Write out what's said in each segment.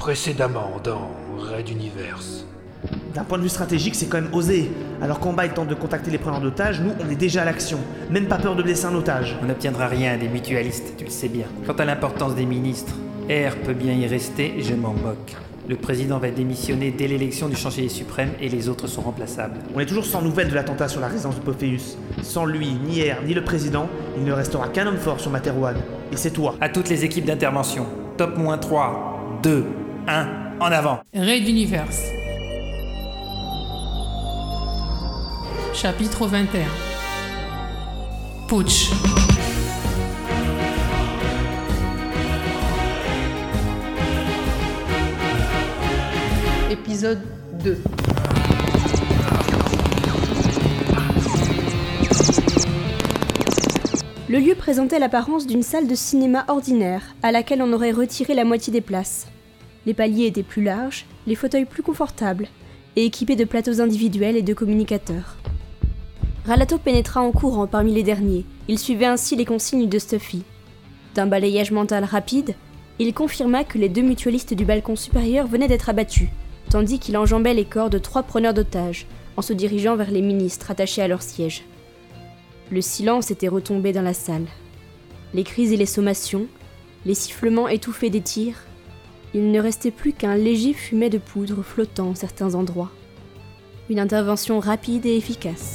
Précédemment dans Raid Universe. D'un point de vue stratégique, c'est quand même osé. Alors qu'En-Bas tente de contacter les preneurs d'otages, nous, on est déjà à l'action. Même pas peur de blesser un otage. On n'obtiendra rien des mutualistes, tu le sais bien. Quant à l'importance des ministres, R peut bien y rester, je m'en moque. Le président va démissionner dès l'élection du chancelier suprême et les autres sont remplaçables. On est toujours sans nouvelles de l'attentat sur la résidence de Pophéus. Sans lui, ni R, ni le président, il ne restera qu'un homme fort sur Materwan. Et c'est toi. À toutes les équipes d'intervention. Top -3, 2, 1, en avant. Raid Universe. Chapitre 21. Putsch. Épisode 2. Le lieu présentait l'apparence d'une salle de cinéma ordinaire, à laquelle on aurait retiré la moitié des places. Les paliers étaient plus larges, les fauteuils plus confortables, et équipés de plateaux individuels et de communicateurs. Ralato pénétra en courant parmi les derniers, il suivait ainsi les consignes de Stuffy. D'un balayage mental rapide, il confirma que les 2 mutualistes du balcon supérieur venaient d'être abattus, tandis qu'il enjambait les corps de 3 preneurs d'otages, en se dirigeant vers les ministres attachés à leur siège. Le silence était retombé dans la salle. Les cris et les sommations, les sifflements étouffés des tirs, il ne restait plus qu'un léger fumet de poudre flottant en certains endroits. Une intervention rapide et efficace.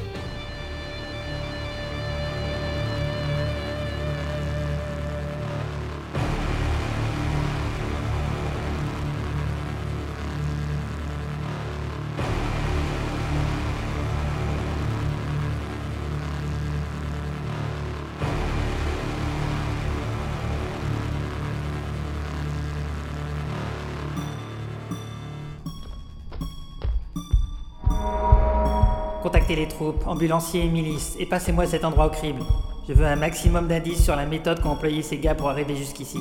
Contactez les troupes, ambulanciers et milices, et passez-moi cet endroit au crible. Je veux un maximum d'indices sur la méthode qu'ont employé ces gars pour arriver jusqu'ici.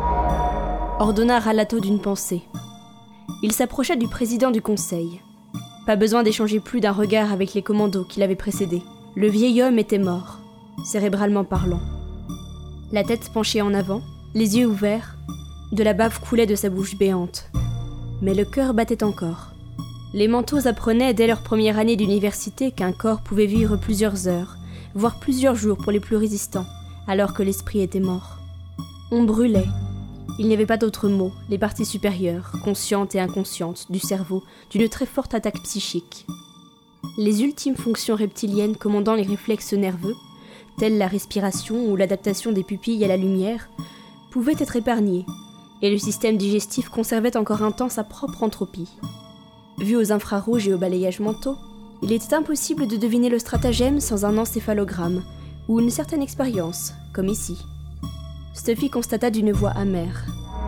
Ordonna Ralato d'une pensée. Il s'approcha du président du conseil. Pas besoin d'échanger plus d'un regard avec les commandos qui l'avaient précédé. Le vieil homme était mort, cérébralement parlant. La tête penchée en avant, les yeux ouverts, de la bave coulait de sa bouche béante. Mais le cœur battait encore. Les manteaux apprenaient dès leur première année d'université qu'un corps pouvait vivre plusieurs heures, voire plusieurs jours pour les plus résistants, alors que l'esprit était mort. On brûlait. Il n'y avait pas d'autre mot, les parties supérieures, conscientes et inconscientes, du cerveau, d'une très forte attaque psychique. Les ultimes fonctions reptiliennes commandant les réflexes nerveux, telles la respiration ou l'adaptation des pupilles à la lumière, pouvaient être épargnées, et le système digestif conservait encore un temps sa propre entropie. Vu aux infrarouges et aux balayages mentaux, il était impossible de deviner le stratagème sans un encéphalogramme, ou une certaine expérience, comme ici. Stuffy constata d'une voix amère.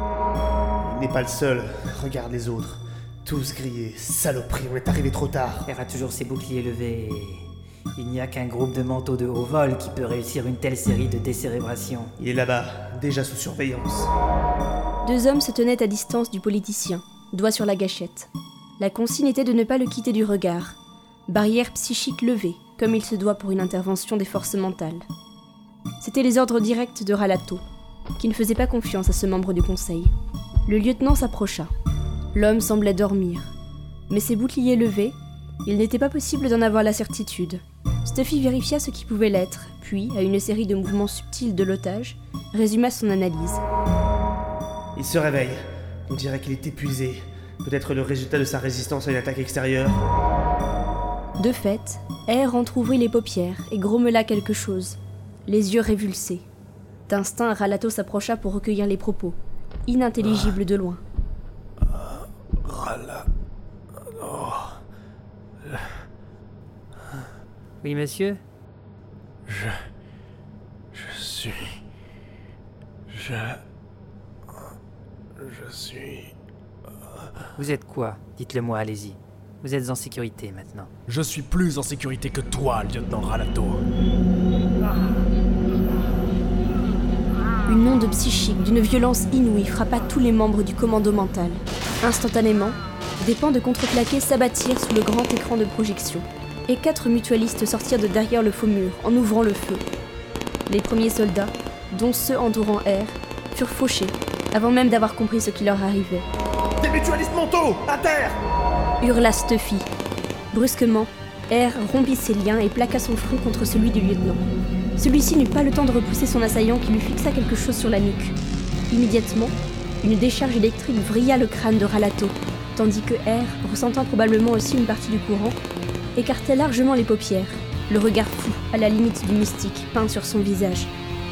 Il n'est pas le seul, regarde les autres. Tous grillés, saloperie, on est arrivé trop tard. R a toujours ses boucliers levés et... il n'y a qu'un groupe de manteaux de haut vol qui peut réussir une telle série de décérébrations. Il est là-bas, déjà sous surveillance. 2 hommes se tenaient à distance du politicien, doigt sur la gâchette. La consigne était de ne pas le quitter du regard. Barrière psychique levée, comme il se doit pour une intervention des forces mentales. C'étaient les ordres directs de Ralato, qui ne faisait pas confiance à ce membre du conseil. Le lieutenant s'approcha. L'homme semblait dormir. Mais ses boucliers levés, il n'était pas possible d'en avoir la certitude. Stuffy vérifia ce qui pouvait l'être, puis, à une série de mouvements subtils de l'otage, résuma son analyse. Il se réveille. On dirait qu'il est épuisé. Peut-être le résultat de sa résistance à une attaque extérieure. De fait, R entr'ouvrit les paupières et grommela quelque chose, les yeux révulsés. D'instinct, Ralato s'approcha pour recueillir les propos, inintelligibles de loin. Oui, monsieur ? Je suis... Vous êtes quoi ? Dites-le-moi, allez-y. Vous êtes en sécurité maintenant. Je suis plus en sécurité que toi, lieutenant Ralato. Une onde psychique d'une violence inouïe frappa tous les membres du commando mental. Instantanément, des pans de contreplaqué s'abattirent sous le grand écran de projection, et 4 mutualistes sortirent de derrière le faux mur en ouvrant le feu. Les premiers soldats, dont ceux entourant R, furent fauchés, avant même d'avoir compris ce qui leur arrivait. Des mutualistes mentaux, à terre! Hurla Stuffy. Brusquement, R rompit ses liens et plaqua son front contre celui du lieutenant. Celui-ci n'eut pas le temps de repousser son assaillant qui lui fixa quelque chose sur la nuque. Immédiatement, une décharge électrique vrilla le crâne de Ralato, tandis que R, ressentant probablement aussi une partie du courant, écartait largement les paupières, le regard fou, à la limite du mystique, peint sur son visage.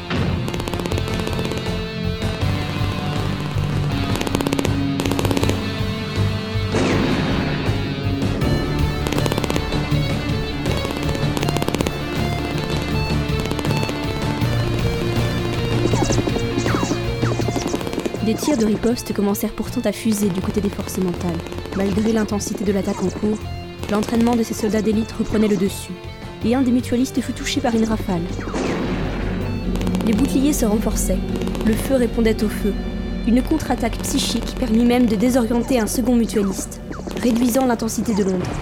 Des tirs de riposte commencèrent pourtant à fuser du côté des forces mentales. Malgré l'intensité de l'attaque en cours, l'entraînement de ces soldats d'élite reprenait le dessus, et un des mutualistes fut touché par une rafale. Les boucliers se renforçaient, le feu répondait au feu. Une contre-attaque psychique permit même de désorienter un second mutualiste, réduisant l'intensité de l'onde.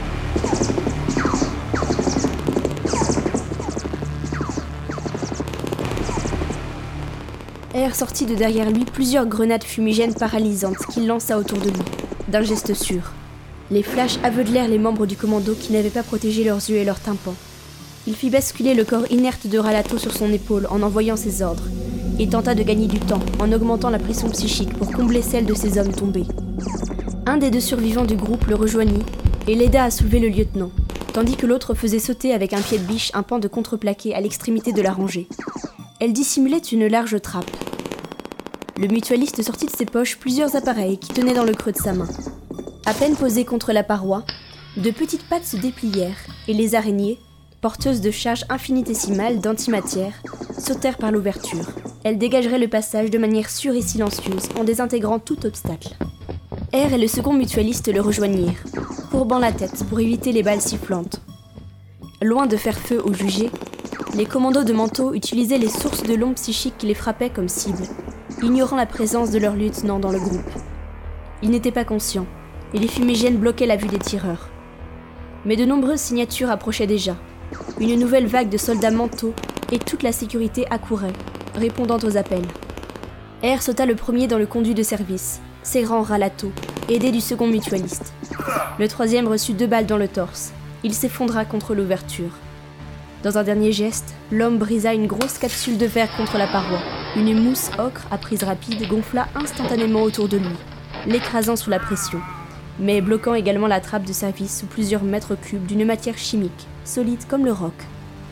R sortit de derrière lui plusieurs grenades fumigènes paralysantes qu'il lança autour de lui, d'un geste sûr. Les flashs aveuglèrent les membres du commando qui n'avaient pas protégé leurs yeux et leurs tympans. Il fit basculer le corps inerte de Ralato sur son épaule en envoyant ses ordres, et tenta de gagner du temps en augmentant la pression psychique pour combler celle de ses hommes tombés. Un des deux survivants du groupe le rejoignit et l'aida à soulever le lieutenant, tandis que l'autre faisait sauter avec un pied de biche un pan de contreplaqué à l'extrémité de la rangée. Elle dissimulait une large trappe. Le mutualiste sortit de ses poches plusieurs appareils qui tenaient dans le creux de sa main. À peine posés contre la paroi, de petites pattes se déplièrent et les araignées, porteuses de charges infinitésimales d'antimatière, sautèrent par l'ouverture. Elles dégageraient le passage de manière sûre et silencieuse en désintégrant tout obstacle. R et le second mutualiste le rejoignirent, courbant la tête pour éviter les balles sifflantes. Loin de faire feu aux jugés, les commandos de manteau utilisaient les sources de l'ombre psychique qui les frappaient comme cible, ignorant la présence de leur lieutenant dans le groupe. Ils n'étaient pas conscients, et les fumigènes bloquaient la vue des tireurs. Mais de nombreuses signatures approchaient déjà. Une nouvelle vague de soldats mentaux et toute la sécurité accourait, répondant aux appels. R sauta le premier dans le conduit de service, serrant Ralato, aidé du second mutualiste. Le troisième reçut 2 balles dans le torse. Il s'effondra contre l'ouverture. Dans un dernier geste, l'homme brisa une grosse capsule de verre contre la paroi. Une mousse ocre à prise rapide gonfla instantanément autour de lui, l'écrasant sous la pression, mais bloquant également la trappe de service sous plusieurs mètres cubes d'une matière chimique, solide comme le roc.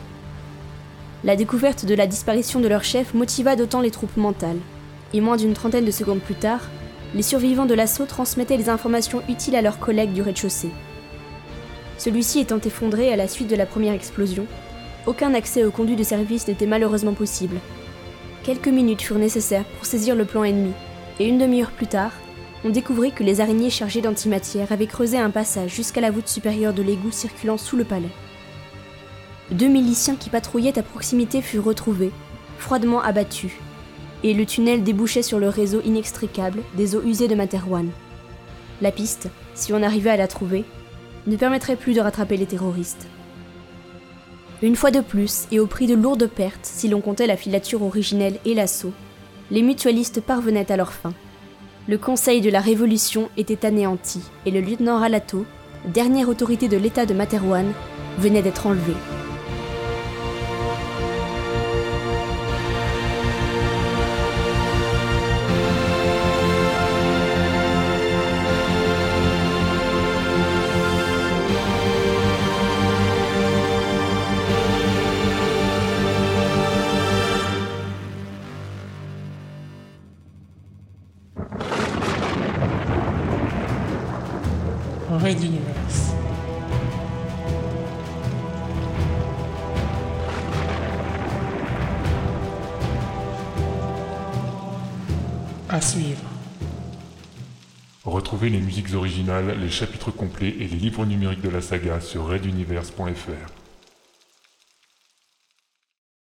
La découverte de la disparition de leur chef motiva d'autant les troupes mentales, et moins d'une trentaine de secondes plus tard, les survivants de l'assaut transmettaient les informations utiles à leurs collègues du rez-de-chaussée. Celui-ci étant effondré à la suite de la première explosion, aucun accès au conduit de service n'était malheureusement possible. Quelques minutes furent nécessaires pour saisir le plan ennemi, et une demi-heure plus tard, on découvrit que les araignées chargées d'antimatière avaient creusé un passage jusqu'à la voûte supérieure de l'égout circulant sous le palais. 2 miliciens qui patrouillaient à proximité furent retrouvés, froidement abattus, et le tunnel débouchait sur le réseau inextricable des eaux usées de Materwan. La piste, si on arrivait à la trouver, ne permettrait plus de rattraper les terroristes. Une fois de plus, et au prix de lourdes pertes si l'on comptait la filature originelle et l'assaut, les mutualistes parvenaient à leur fin. Le Conseil de la Révolution était anéanti, et le lieutenant Ralato, dernière autorité de l'État de Materwan, venait d'être enlevé. Red Universe. À suivre. Retrouvez les musiques originales, les chapitres complets et les livres numériques de la saga sur reduniverse.fr.